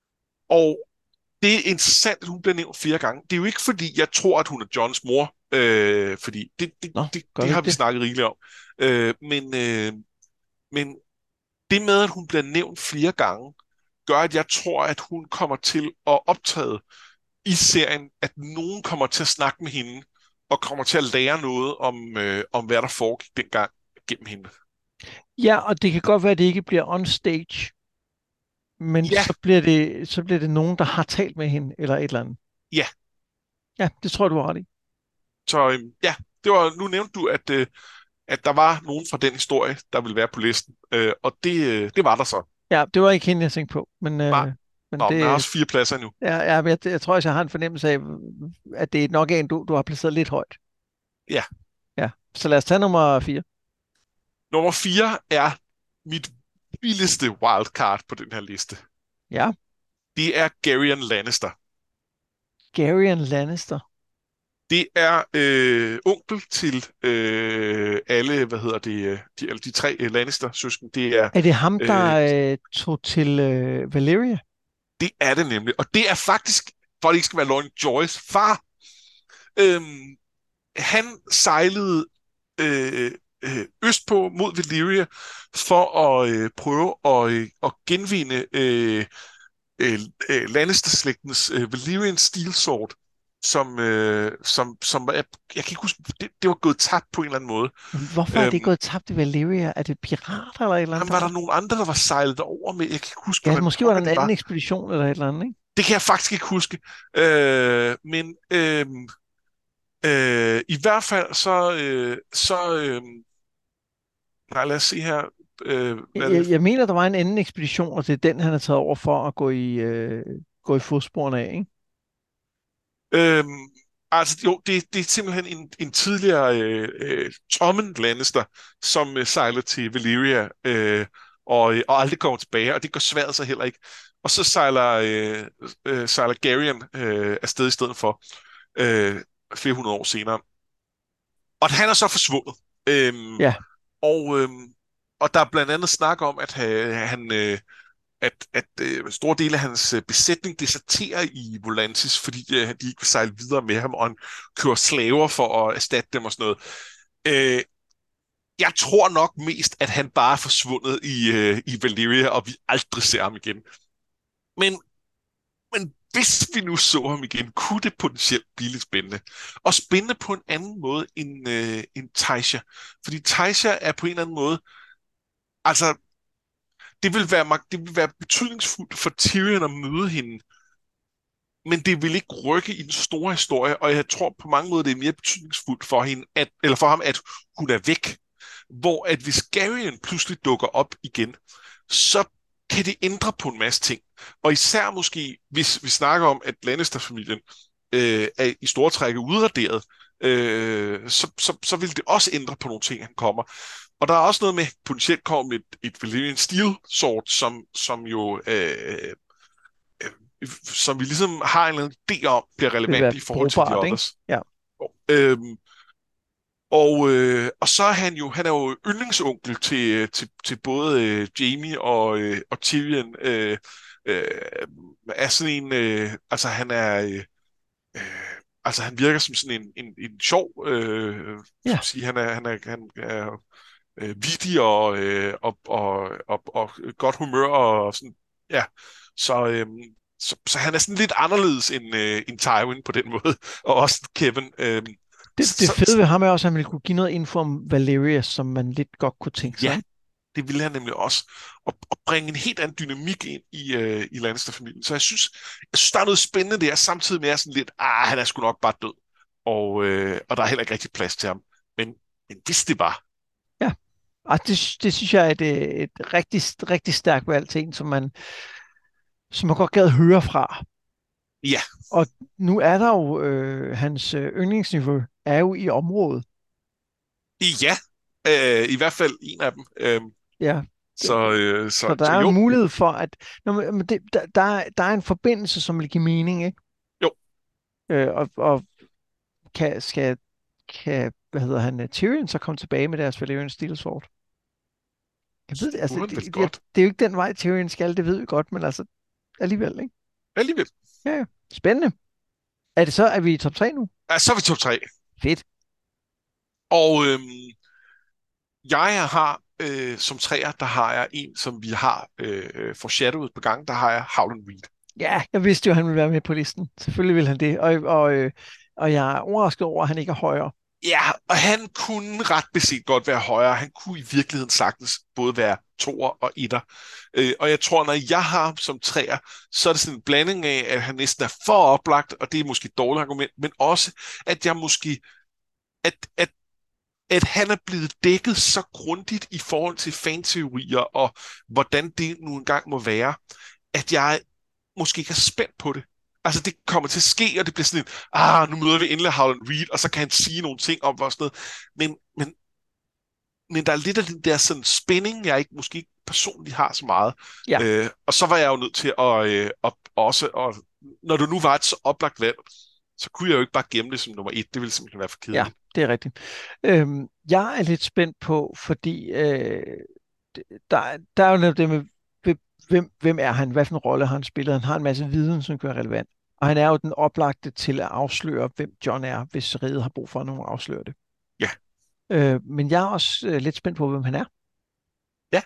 og det er interessant, at hun bliver nævnt flere gange. Det er jo ikke, fordi jeg tror, at hun er Johns mor, øh, fordi det, det, Nå, det, gør det vi har ikke vi det? snakket rigeligt om. Øh, men, øh, men det med, at hun bliver nævnt flere gange, gør, at jeg tror, at hun kommer til at optræde i serien, at nogen kommer til at snakke med hende, og kommer til at lære noget om, øh, om hvad der foregik dengang gennem hende. Ja, og det kan godt være, at det ikke bliver on stage, men Ja, så bliver det, så bliver det nogen, der har talt med hende, eller et eller andet. ja. Ja, det tror jeg, du har ret i. Så øh, ja, det var, nu nævnte du, at, øh, at der var nogen fra den historie, der ville være på listen. Øh, og det, øh, det var der så. Ja, det var ikke hende, jeg tænkte på, men, Nej. øh, men Nå, men der er det, også fire pladser endnu. ja, ja, men jeg, jeg tror også, jeg har en fornemmelse af, at det er nok en, du, du har placeret lidt højt. Ja. Ja, så lad os tage nummer fire. Nummer fire er mit vildeste wildcard på den her liste. Ja, Det er Gerion Lannister. Gerion Lannister. Det er øh, onkel til øh, alle, hvad hedder det, øh, de, alle de tre øh, Lannister-søsken. Det er, Er det ham, øh, der øh, tog til øh, Valyria? det er det nemlig. Og det er faktisk, for at det ikke skal være Lauren Joys far. Øhm, han sejlede øh, øh, østpå mod Valyria for at øh, prøve at, øh, at genvinde øh, øh, øh, Lannister-slægtens øh, Valyrian Steel Sword, som, øh, som, som jeg, jeg kan ikke huske, det, det var gået tabt på en eller anden måde. Men hvorfor er det Øhm, gået tabt i Valyria? Er det pirater eller et eller andet? jamen, var der Der? nogle andre, der var sejlet over med? Jeg kan ikke huske, Ja, hvordan måske var der pokker en det anden var. ekspedition eller et eller andet, ikke? Det kan jeg faktisk ikke huske. Øh, men øh, øh, i hvert fald så, øh, så øh, nej, lad os se her. Øh, hvad er Jeg, det? jeg mener, der var en anden ekspedition, og det er den, han er taget over for at gå i, øh, gå i fodsporene af, ikke? Øhm, altså, jo, det, det er simpelthen en, en tidligere øh, øh, Tommen Lannister, som øh, sejler til Valyria øh, og, øh, og aldrig kommer tilbage, og det gør sværet sig heller ikke. Og så sejler, øh, øh, sejler Garion øh, afsted i stedet for øh, flere hundrede år senere. Og han er så forsvundet. Øhm, Ja, og, øhm, og der er blandt andet snak om, at øh, han, øh, at, at øh, store dele af hans øh, besætning deserterer i Volantis, fordi øh, de ikke vil sejle videre med ham, og han kører slaver for at erstatte dem og sådan noget. Øh, jeg tror nok mest, at han bare er forsvundet i, øh, i Valyria, og vi aldrig ser ham igen. Men, men hvis vi nu så ham igen, kunne det potentielt blive lidt spændende. Og spændende på en anden måde end, øh, end Taisha. Fordi Taisha er på en eller anden måde, altså, det vil være, mag- det vil være betydningsfuldt for Tyrion at møde hende, men det vil ikke rykke i den store historie, og jeg tror på mange måder, det er mere betydningsfuldt for hende, at, eller for ham, at hun er væk. Hvor at hvis Garion pludselig dukker op igen, så kan det ændre på en masse ting. Og især måske, hvis vi snakker om, at Lannister-familien øh, er i store træk udraderet, øh, så, så, så vil det også ændre på nogle ting, han kommer. Og der er også noget med, potentielt kommer med et, et Valyrian Steel Sword, som, som jo... Øh, øh, som vi ligesom har en eller anden idé om, bliver Det vil relevant være i forhold til de brugbart, ikke? others. Ja. Øhm, og, øh, og så er han jo, han er jo yndlingsonkel til, til, til både øh, Jaime og, øh, og Tyrion. Øh, øh, er sådan en, øh, altså han er, øh, øh, altså han virker som sådan en, en, en sjov, øh, Ja. sige, han er, han er, han er øh, vittig og, øh, og, og, og, og godt humør og sådan, ja. Så, øh, så, så han er sådan lidt anderledes end, øh, end Tywin på den måde, og også Kevin. Øh, Det, det så, fede ved ham er også, at han ville kunne give noget info om Valyria, som man lidt godt kunne tænke sig. ja, det ville han nemlig også. Og, og bringe en helt anden dynamik ind i, øh, i Lannister-familien. Så jeg synes, jeg synes, der er noget spændende der, samtidig med at sådan lidt, ah, han er sgu nok bare død. Og, øh, og der er heller ikke rigtig plads til ham. Men, men hvis det var. Ja, og det, det synes jeg er et, et rigtig, rigtig stærkt valg til en, som man, som man godt gad høre fra. Ja. Og nu er der jo, øh, hans øh, yndlingsniveau er jo i området. Ja, øh, i hvert fald en af dem. Øh, Ja. så, øh, så, Så der så er jo. en mulighed for, at når man, men det, der, der, er, der er en forbindelse, som vil give mening, ikke? Jo. Øh, og og kan, skal, kan, hvad hedder han, Tyrion så komme tilbage med deres Valyrian Steel Sword? Jeg ved det, altså, Kunne han det, vel det, godt. det er jo ikke den vej, Tyrion skal, det ved vi godt, men altså, alligevel, ikke? Alligevel. Ja, ja. Spændende. Er det så, er vi i top tre nu? Ja, så er vi top tre. Fedt. Og øhm, jeg har øh, som træer, der har jeg en, som vi har øh, foreshadowet på gang, der har jeg Howland Reed. Ja, jeg vidste jo, at han ville være med på listen. Selvfølgelig vil han det. Og, og, øh, og jeg er overrasket over, at han ikke er højere. Ja, og han kunne ret beset godt være højere. Han kunne i virkeligheden sagtens både være toer og etter. Øh, og jeg tror, når jeg har ham som træer, så er det sådan en blanding af, at han næsten er for oplagt, og det er måske et dårligt argument, men også, at jeg måske, at, at, at han er blevet dækket så grundigt i forhold til fanteorier, og hvordan det nu engang må være, at jeg måske ikke er spændt på det. Altså, det kommer til at ske, og det bliver sådan en, ah, nu møder vi endelig Howland Reed, og så kan han sige nogle ting om og sådan noget. Men, men, men der er lidt af den der sådan spænding, jeg ikke, måske ikke personligt har så meget. Ja. Øh, og så var jeg jo nødt til at, øh, at også, og, når det nu var et så oplagt valg, så kunne jeg jo ikke bare gemme det som nummer et. Det ville simpelthen være for kedeligt. Ja, det er rigtigt. Øhm, jeg er lidt spændt på, fordi øh, der, der er jo netop det med, hvem, hvem er han? Hvad for en rolle har han spillet? Han har en masse viden, som kan være relevant. Og han er jo den oplagte til at afsløre, hvem Jon er, hvis riget har brug for, at nogen afslører det. Ja. Øh, men jeg er også øh, lidt spændt på, hvem han er. Ja.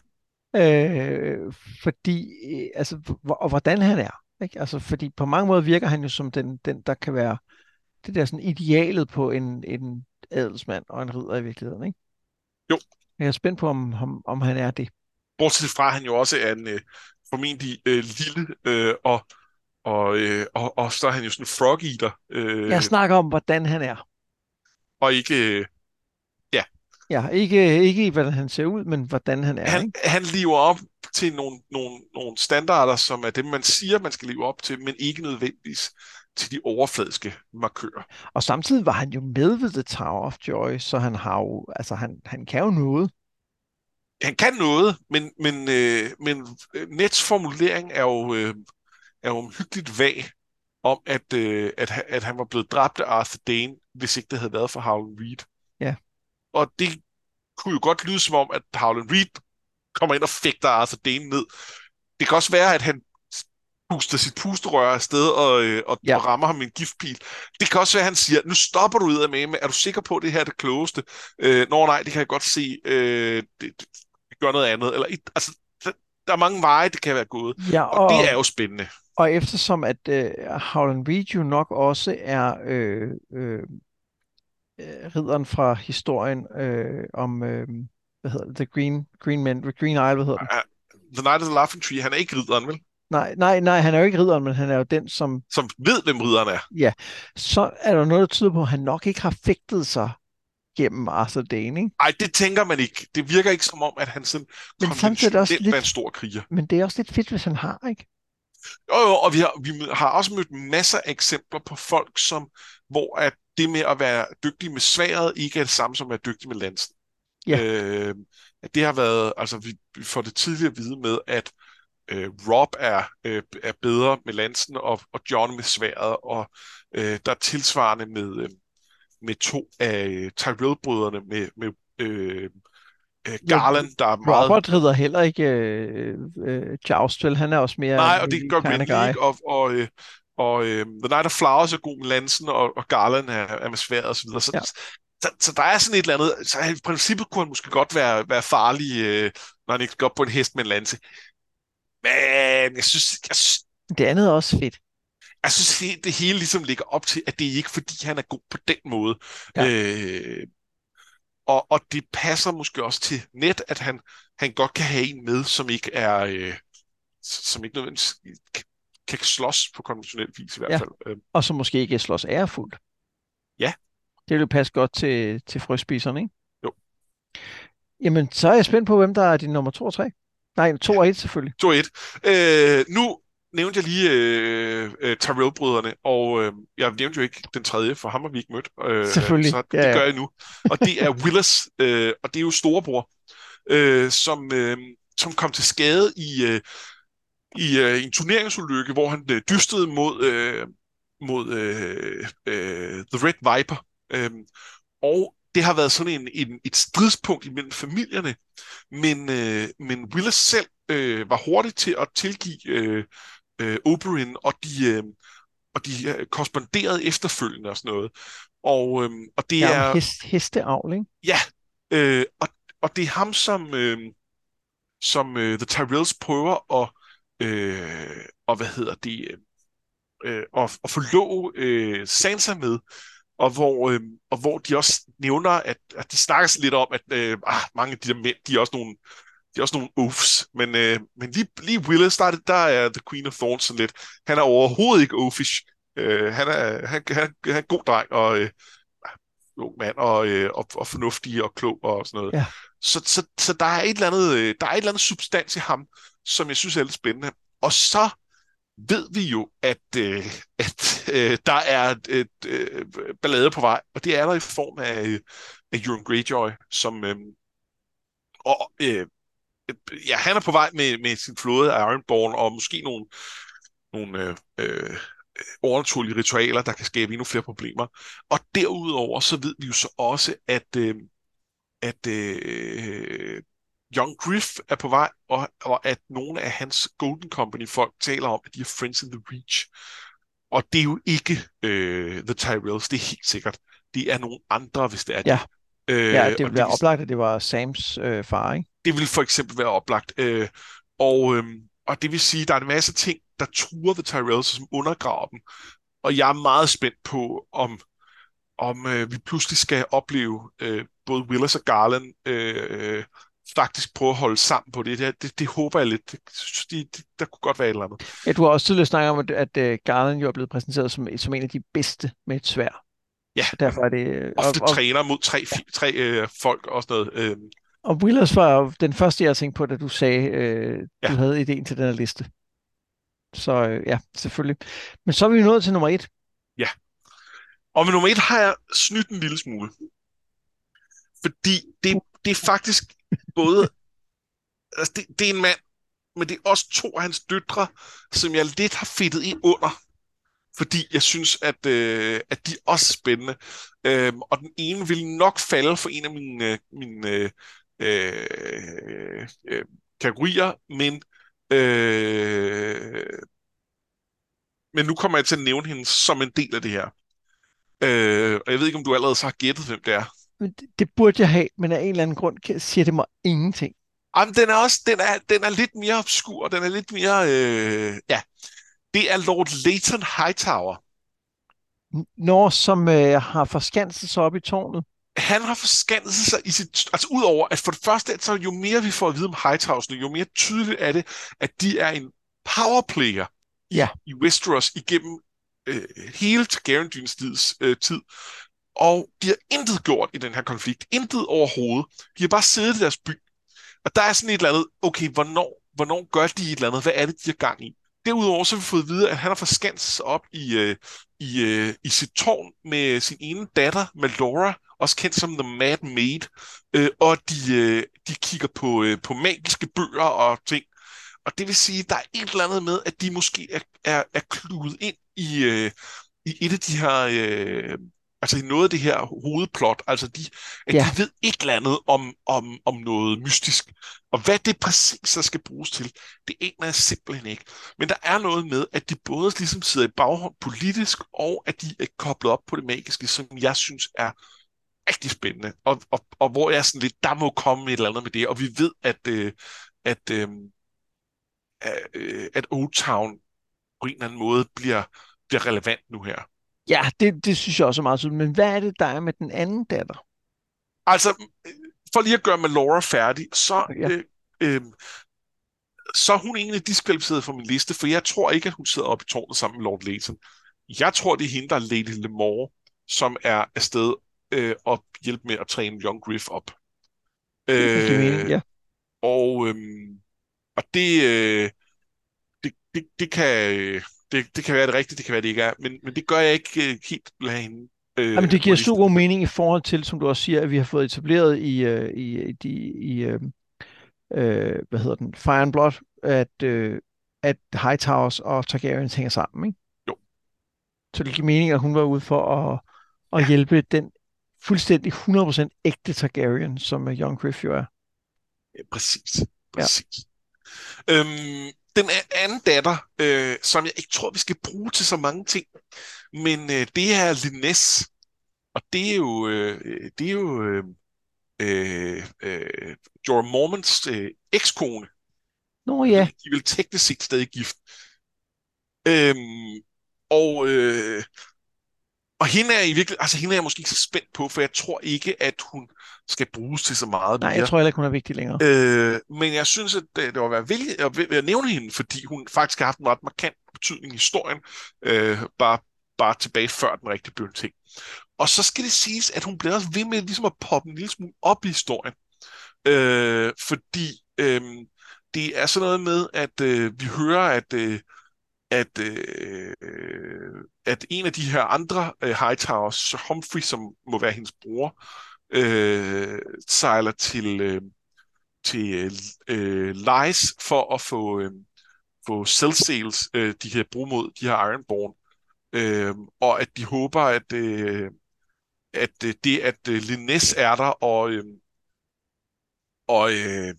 Øh, fordi, øh, altså, h- og hvordan han er. Ikke? Altså, fordi på mange måder virker han jo som den, den der kan være det der sådan idealet på en, en adelsmand og en ridder i virkeligheden, ikke? Jo. Jeg er spændt på, om, om, om han er det. Bortset fra, at han jo også er en øh, formentlig øh, lille, øh, og, og, øh, og, og så er han jo sådan en frog eater. Øh, Jeg snakker om, hvordan han er. og ikke... Øh, ja. Ja, ikke, ikke i, hvordan han ser ud, men hvordan han er, Han, ikke? han lever op til nogle, nogle, nogle standarder, som er dem, man siger, man skal leve op til, men ikke nødvendigvis til de overfladiske markører. Og samtidig var han jo med ved The Tower of Joy, så han har jo, altså han, han kan jo noget. Han kan noget, men, men, øh, men Nets formulering er jo, øh, er jo omhyggeligt vag om, at, øh, at, at han var blevet dræbt af Arthur Dayne, hvis ikke det havde været for Howland Reed. Ja. Og det kunne jo godt lyde som om, at Howland Reed kommer ind og fægter Arthur Dane ned. Det kan også være, at han puster sit pusterør afsted og, øh, og, Ja, og rammer ham med en giftpil. Det kan også være, at han siger, nu stopper du ud af med, men er du sikker på, at det her er det klogeste? Øh, Nå nej, det kan jeg godt se. Øh, det, det, det gør noget andet. Eller, altså, der, der er mange veje, det kan være gået. ja, Og det er og, jo spændende. og eftersom at øh, Howland Reed jo nok også er øh, øh, øh, ridderen fra historien øh, om, øh, hvad hedder det, The Green, Green Men, Green Isle, hvad hedder den? The Night of the Laughing Tree, han er ikke ridderen, vel? Nej, nej, nej, han er jo ikke ridderen, men han er jo den, som, Som ved, hvem ridderen er. ja, så er der noget, der tyder på, at han nok ikke har fægtet sig gennem Arthur Dane, ikke? Ej, det tænker man ikke. Det virker ikke som om, at han sådan Men samtidig er det også konventionelt er en lidt, stor kriger. men det er også lidt fedt, hvis han har, ikke? Jo, jo, og vi har, vi har også mødt masser af eksempler på folk, som, hvor at det med at være dygtig med sværdet ikke er det samme som at være dygtig med lansen. Ja, Øh, at det har været, altså vi, vi får det tidligere at vide med, at øh, Rob er, øh, er bedre med lansen, og, og John med sværdet, og øh, der er tilsvarende med, øh, med to af øh, Tyrell-brødrene, med, med øh, øh, ja, Garland, der er meget... Robert rider heller ikke øh, øh, Joust, vel? Han er også mere Nej, og det melee gør kind of Renly, guy. ikke? Og, og, øh, og øh, The Night of Flowers er god med lansen, og, og Garland er, er med sværdet og så videre. Så, Ja. så, så der er sådan et eller andet... Så i princippet kunne han måske godt være, være farlig, øh, når han ikke går op på en hest med en lanse. Men jeg synes, jeg, synes- Det andet er også fedt. jeg synes det, det hele ligesom ligger op til, at det ikke er fordi, han er god på den måde. Ja. Øh, og, og det passer måske også til net, at han, han godt kan have en med, som ikke er... Øh, som ikke nødvendigvis kan, kan slås på konventionel vis i hvert Ja. fald. Øh, Og som måske ikke slås ærefuldt. Ja. Det vil jo passe godt til, til frøspiserne, ikke? Jo. Jamen, så er jeg spændt på, hvem der er din nummer to og tre. Nej, to og et selvfølgelig. to et. Øh, nu nævnte jeg lige øh, øh, Tyrell-brødrene, og øh, jeg nævnte jo ikke den tredje, for ham har vi ikke mødt. Øh, Selvfølgelig. Så det Ja, ja. gør jeg nu. Og det er Willis, øh, og det er jo storebror, øh, som, øh, som kom til skade i, øh, i øh, en turneringsulykke, hvor han øh, dystede mod, øh, mod øh, øh, The Red Viper. Øh, og det har været sådan en, en, et stridspunkt imellem familierne, men, øh, men Willis selv øh, var hurtig til at tilgive øh, øh, Oberyn, og de, øh, og de øh, korresponderede efterfølgende og sådan noget. Og, øh, og det Ja, er... om hest, hesteavl, ikke? Ja, øh, og, og det er ham, som, øh, som øh, The Tyrells prøver at, øh, og hvad hedder det, øh, at, at forlove øh, Sansa med, og hvor, øh, og hvor de også nævner, at, at de snakker lidt om, at øh, ah, mange af de der mænd, de er også nogle, de er også nogle oafs, men, øh, men lige, lige Willis, der, er det- der er The Queen of Thorns sådan lidt, han er overhovedet ikke oafish. Øh, han, er, han, han, han er en god dreng, og øh, ung mand, og, øh, og, og fornuftig og klog og sådan noget. Ja. Så, så, så der er et eller andet, øh, der er et eller andet substans i ham, som jeg synes er lidt spændende. Og så ved vi jo, at, øh, at øh, der er et, et øh, ballade på vej, og det er der i form af, øh, af Euron Greyjoy, som øh, og, øh, ja, han er på vej med, med sin flåde af Ironborn, og måske nogle, nogle øh, øh, overnaturlige ritualer, der kan skabe endnu flere problemer. Og derudover så ved vi jo så også, at, øh, at øh, Young Griff er på vej, og, og at nogle af hans Golden Company-folk taler om, at de er Friends in the Reach. Og det er jo ikke øh, The Tyrells, det er helt sikkert. Det er nogle andre, hvis det er Ja. det. Øh, Ja, det og ville være vil, oplagt, at det var Sams øh, far, ikke? det vil for eksempel være oplagt. Øh, og, øh, og det vil sige, at der er en masse ting, der truer The Tyrells, som undergraver dem. Og jeg er meget spændt på, om, om øh, vi pludselig skal opleve øh, både Willis og Garland øh, faktisk prøve at holde sammen på det. Det, det, det håber jeg lidt. Det, det, det, der kunne godt være et eller andet. Ja, du har også tidligere snakket om, at, at uh, Garland jo er blevet præsenteret som, som en af de bedste med et sværd. Ja, Og derfor er det... ofte Og, og, træner mod tre, tre øh, folk og sådan noget. Øh, og Willis var jo den første, jeg tænkte på, da du sagde, øh, Ja. du havde ideen til den her liste. Så øh, ja, selvfølgelig. Men så er vi jo nået til nummer et. og med nummer et har jeg snydt en lille smule. Fordi det, det er faktisk både... Altså det, det er en mand, men det er også to af hans døtre, som jeg lidt har fedtet ind under. Fordi jeg synes, at, øh, at de er også spændende. Øhm, og den ene vil nok falde for en af mine, øh, mine øh, øh, øh, kategorier, men, øh, men nu kommer jeg til at nævne hende som en del af det her. Øh, og jeg ved ikke, om du allerede så har gættet, hvem det er. Men det, det burde jeg have, men af en eller anden grund kan- siger det mig ingenting. Jamen, den er også, den er, den er lidt mere obskur, den er lidt mere, øh, ja, det er Lord Leighton Hightower. Når som øh, har forskanset sig op i tårnet. Han har forskanset sig i sit... Altså udover, at for det første, så jo mere vi får at vide om Hightowsene, jo mere tydeligt er det, at de er en powerplayer i, Ja, i Westeros igennem øh, hele Targaryen-dynastiets øh, tid. Og de har intet gjort i den her konflikt. Intet overhovedet. De har bare siddet i deres by. Og der er sådan et eller andet, okay, hvornår, hvornår gør de et eller andet? Hvad er det, de har gang i? Derudover så har vi fået at vide, at han har forskanset sig op i, øh, i, øh, i sit tårn med sin ene datter, Melora, også kendt som The Mad Maid, øh, og de, øh, de kigger på, øh, på magiske bøger og ting. Og det vil sige, at der er et eller andet med, at de måske er, er, er kludet ind i, øh, i et af de her... Øh, altså i noget af det her hovedplot, altså de, at de ja, ved et eller andet om, om, om noget mystisk. Og hvad det præcis så skal bruges til, det aner jeg simpelthen ikke. Men der er noget med, at de både ligesom sidder i baghånd politisk, og at de er koblet op på det magiske, som jeg synes er rigtig spændende. Og, og, og hvor jeg er sådan lidt, der må komme et eller andet med det. Og vi ved, at, øh, at, øh, at Old Town på en eller anden måde bliver, bliver relevant nu her. ja, det, det synes jeg også er meget tydeligt. Men hvad er det, der er med den anden datter? Altså, for lige at gøre med Laura færdig, så, Ja, øh, øh, så er hun egentlig diskvalificeret fra min liste, for jeg tror ikke, at hun sidder oppe i tårnet sammen med Lord Leighton. Jeg tror, det er hende, der er Lady Lemore, som er afsted øh, og hjælpe med at træne Young Griff op. det kan give mening, Øh, ja. og øh, og det, øh, det, det, det kan... Øh, det, det kan være det rigtige, det kan være det ikke er, men, men det gør jeg ikke øh, helt vil have hende Jamen, øh, det på giver super listen. god mening i forhold til, som du også siger, at vi har fået etableret i, øh, i, i, de, i øh, øh, hvad hedder den, Fire and Blood, at, øh, at Hightowers og Targaryens hænger sammen, ikke? Jo, Så det giver mening, at hun var ude for at, at ja, hjælpe den fuldstændig hundrede procent ægte Targaryen, som øh, Young Griff jo er. ja, præcis. Ja. Præcis. Øhm, den a- anden datter, øh, som jeg ikke tror, vi skal bruge til så mange ting, men øh, det er Linnes, og det er jo, øh, det er jo øh, øh, øh, Jorah Mormonts øh, ekskone. Nå De vil, ja, de vil teknisk set stadig gift. Øhm, og øh, og hende er i virkelig, altså hende er jeg måske ikke så spændt på, for jeg tror ikke, at hun skal bruges til så meget nej, jeg mere. tror heller ikke, hun er vigtig længere. Øh, men jeg synes, at det, det var være vældig at, at nævne hende, fordi hun faktisk har haft en ret markant betydning i historien, øh, bare, bare tilbage før den rigtig blev en ting. Og så skal det siges, at hun bliver også ved med ligesom at poppe en lille smule op i historien. Øh, fordi øh, det er sådan noget med, at øh, vi hører, at, øh, at, øh, at en af de her andre øh, Hightowers, Humphrey, som må være hendes bror, øh, sejler til... Øh, til øh, Lies for at få, øh, få cell sales, øh, de kan bruge mod de her Ironborn. Øh, og at de håber, at, øh, at øh, det, at øh, Linnes er der, og, øh, og øh,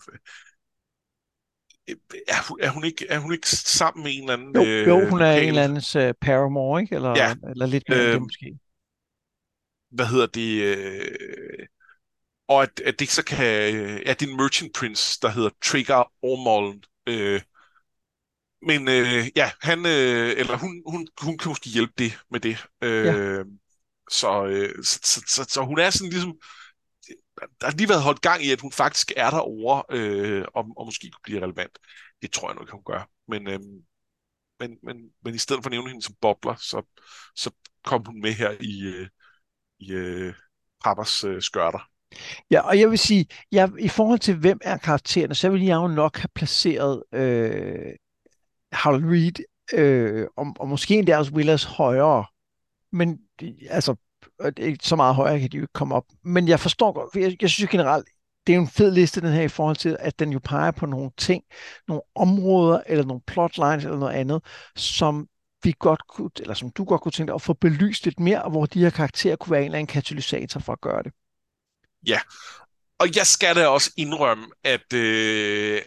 er, hun, er, hun ikke, er hun ikke sammen med en eller anden Jo, jo, øh, hun er en eller lokal... andens uh, paramour, ikke? Eller, Ja, eller lidt mere end øh, det måske. hvad hedder det? Øh, og at, at det så kan... Øh, ja, det er en merchant prince, der hedder Trigger Ormond. Øh, Men øh, ja, han øh, eller hun, hun, hun kan måske hjælpe det med det. Ja. Øh, så, øh, så, så, så, så hun er sådan ligesom, der har lige været holdt gang i, at hun faktisk er derovre, øh, og, og måske kunne blive relevant. Det tror jeg nok, hun gør. Men, øh, men, men, men i stedet for at nævne hende som bobler, så, så kom hun med her i, øh, i øh, Pappers øh, skørter. Ja, og jeg vil sige, jeg, i forhold til hvem er karaktererne, så vil jeg jo nok have placeret øh, Harold Reed, øh, og, og måske endda også Willers højere. Men de- altså, øh, ikke så meget højere kan de jo ikke komme op. Men jeg forstår godt, for jeg, jeg synes jo generelt, det er jo en fed liste, den her, i forhold til, at den jo peger på nogle ting, nogle områder, eller nogle plotlines, eller noget andet, som vi godt kunne, eller som du godt kunne tænke dig at få belyst lidt mere, og hvor de her karakterer kunne være en eller anden katalysator for at gøre det. Ja, og jeg skal da også indrømme, at, øh,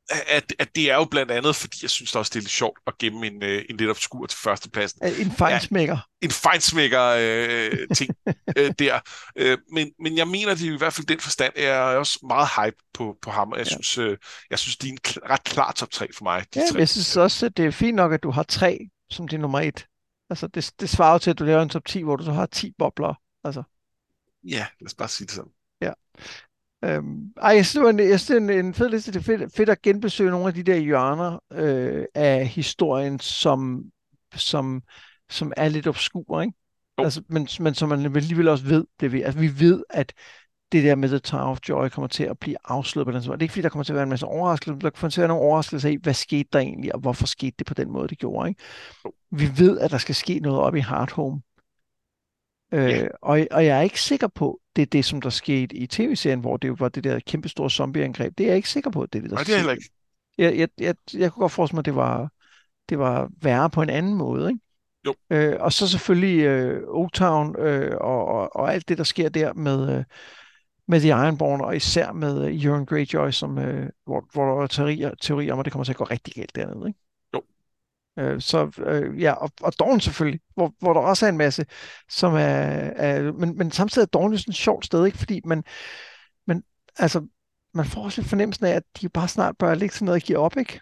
at, at det er jo blandt andet, fordi jeg synes også, det er lidt sjovt at gemme en, øh, en lidt obskur til førstepladsen. En Ja, fejnsmækker. en fejnsmækker øh, ting øh, der. Øh, men, men jeg mener, det er i hvert fald den forstand, jeg er også meget hype på, på ham, og jeg Ja. synes, øh, jeg synes, de er en kl- ret klar top tre for mig, de Ja, tre. jeg synes også, at det er fint nok, at du har tre som din nummer et. Altså, det, det svarer jo til, at du laver en top ti, hvor du så har ti bobler. Altså, Ja, lad os bare sige det sådan. ja. Øhm, ej, jeg synes, det var en, jeg synes, det er en, en fed liste. Det er fedt, fedt at genbesøge nogle af de der hjørner øh, af historien, som, som, som er lidt obskure, ikke? Jo. Altså, men, men som man alligevel også ved, det ved. Altså, vi ved, at det der med The Tower of Joy kommer til at blive afsløret på den måde. Det er ikke fordi, der kommer til at være en masse overraskelser, men der kommer til at være nogle overraskelser i, hvad skete der egentlig, og hvorfor skete det på den måde, det gjorde, ikke? Jo. Vi ved, at der skal ske noget op i Hardhome. Ja, Øh, og, og jeg er ikke sikker på, det er det, som der skete i tv-serien, hvor det jo var det der kæmpe store zombieangreb. Det er jeg ikke sikker på, at det er det, der nej, det er heller skete. ikke. Jeg, jeg, jeg, jeg kunne godt forestille mig, at det var, det var værre på en anden måde, ikke? Jo. Øh, og så selvfølgelig øh, Old Town øh, og, og, og alt det, der sker der med, øh, med The Ironborn, og især med øh, Euron Greyjoy, som, øh, hvor, hvor der er teorier, teorier om, at det kommer til at gå rigtig galt dernede, ikke? Jo. Øh, så øh, ja, og, og Dorne selvfølgelig, hvor, hvor der også er en masse, som er, er men, men samtidig er Dorne jo sådan et sjovt sted, ikke? Fordi man, man, altså, man får også lidt fornemmelsen af, at de bare snart bør lægge sådan noget og give op, ikke?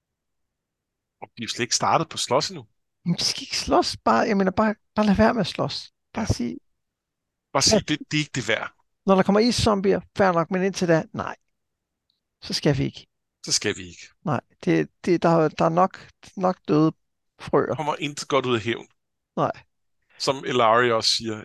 Og de er jo slet ikke startet på slås endnu. Men de skal ikke slås, bare, jeg mener, bare, bare lad være med at slås. Bare Ja. sige, Bare ja, sige, det, det er ikke det værd. når der kommer is-zombier, fair nok, men indtil da, nej, så skal vi ikke. Så skal vi ikke. Nej, det, det, der, er- der er nok, nok døde frøer. Kommer intet godt ud af hævn. Nej, Som Elari også siger.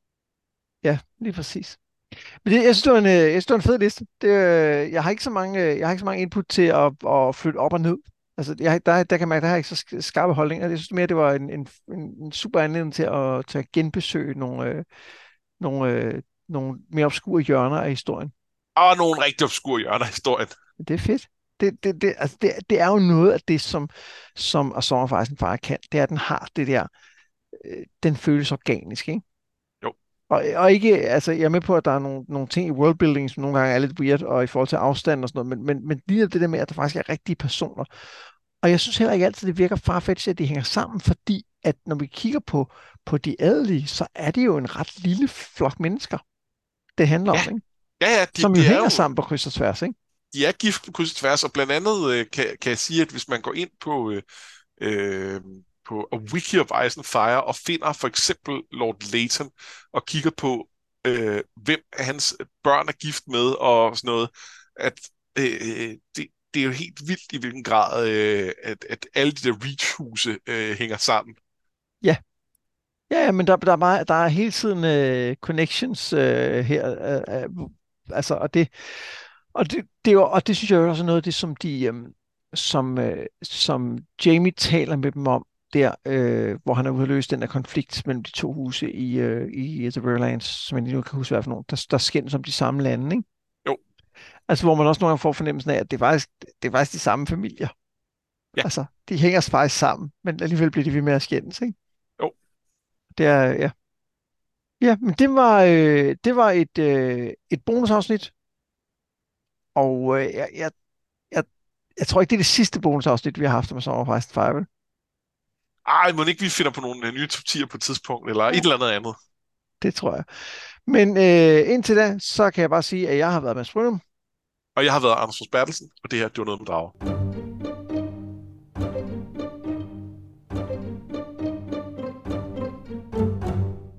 ja, lige præcis. Men det, jeg synes, det var en, øh, jeg synes, det var en fed liste. Det, øh, jeg har ikke så mange, øh, jeg har ikke så mange input til at, at flytte op og ned. Altså, jeg, der, der kan man mærke, der har jeg ikke så sk- skarpe holdninger. Jeg synes mere, det var en, en, en, en super anledning til at, til at genbesøge nogle, øh, nogle, øh, nogle mere obskure hjørner af historien. Og nogle rigtig obskure hjørner af historien. Det er fedt. Det, det, det, altså det, det er jo noget af det, som, som A Song of Ice and Fire kan. Det er, at den har det der, øh, den føles organisk, ikke? Jo. Og, og ikke, altså jeg er med på, at der er nogle, nogle ting i worldbuilding, som nogle gange er lidt weird, og i forhold til afstand og sådan noget, men, men, men lige det der med, at der faktisk er rigtige personer. Og jeg synes heller ikke altid, det virker farfetched, at de hænger sammen, fordi at når vi kigger på, på de adelige, så er det jo en ret lille flok mennesker, det handler Ja. om, ikke? Ja, ja, de, Som jo de er hænger jo, sammen på kryds og tværs, ikke? de er gift på kryds og tværs, og blandt andet øh, kan, kan jeg sige, at hvis man går ind på, øh, øh, på A Wiki of Ice and Fire og finder for eksempel Lord Leighton og kigger på, øh, hvem hans børn er gift med og sådan noget, at øh, det, det er jo helt vildt i hvilken grad, øh, at, at alle de der Reach-huse øh, hænger sammen. Ja, ja, ja, men der, der, er, bare, der er hele tiden øh, connections øh, her, øh, øh, altså, og det, og det, det er jo, og det synes jeg jo også er noget af det, som de, øh, som, øh, som Jamie taler med dem om der, øh, hvor han er ude at løse den der konflikt mellem de to huse i, øh, i The Riverlands, som jeg lige nu kan huske, hvad for nogen, der, der skændes om de samme lande, ikke? Jo. Altså, hvor man også nogle gange får fornemmelsen af, at det er faktisk, det er faktisk de samme familier. Ja. Altså, de hænger faktisk sammen, men alligevel bliver de ved med at skændes, ikke? Jo. Det er, ja. Ja, men det var, øh, det var et, øh, et bonusafsnit, og øh, jeg, jeg, jeg, jeg tror ikke, det er det sidste bonusafsnit, vi har haft med Song of Ice and Fire, vel? Ej, må ikke vi finder på nogle øh, nye top tier på et tidspunkt, eller et eller andet andet. Det tror jeg. Men øh, indtil da, så kan jeg bare sige, at jeg har været med Brynum. Og jeg har været Anders Fors Bertelsen, og det her, det var noget med drager.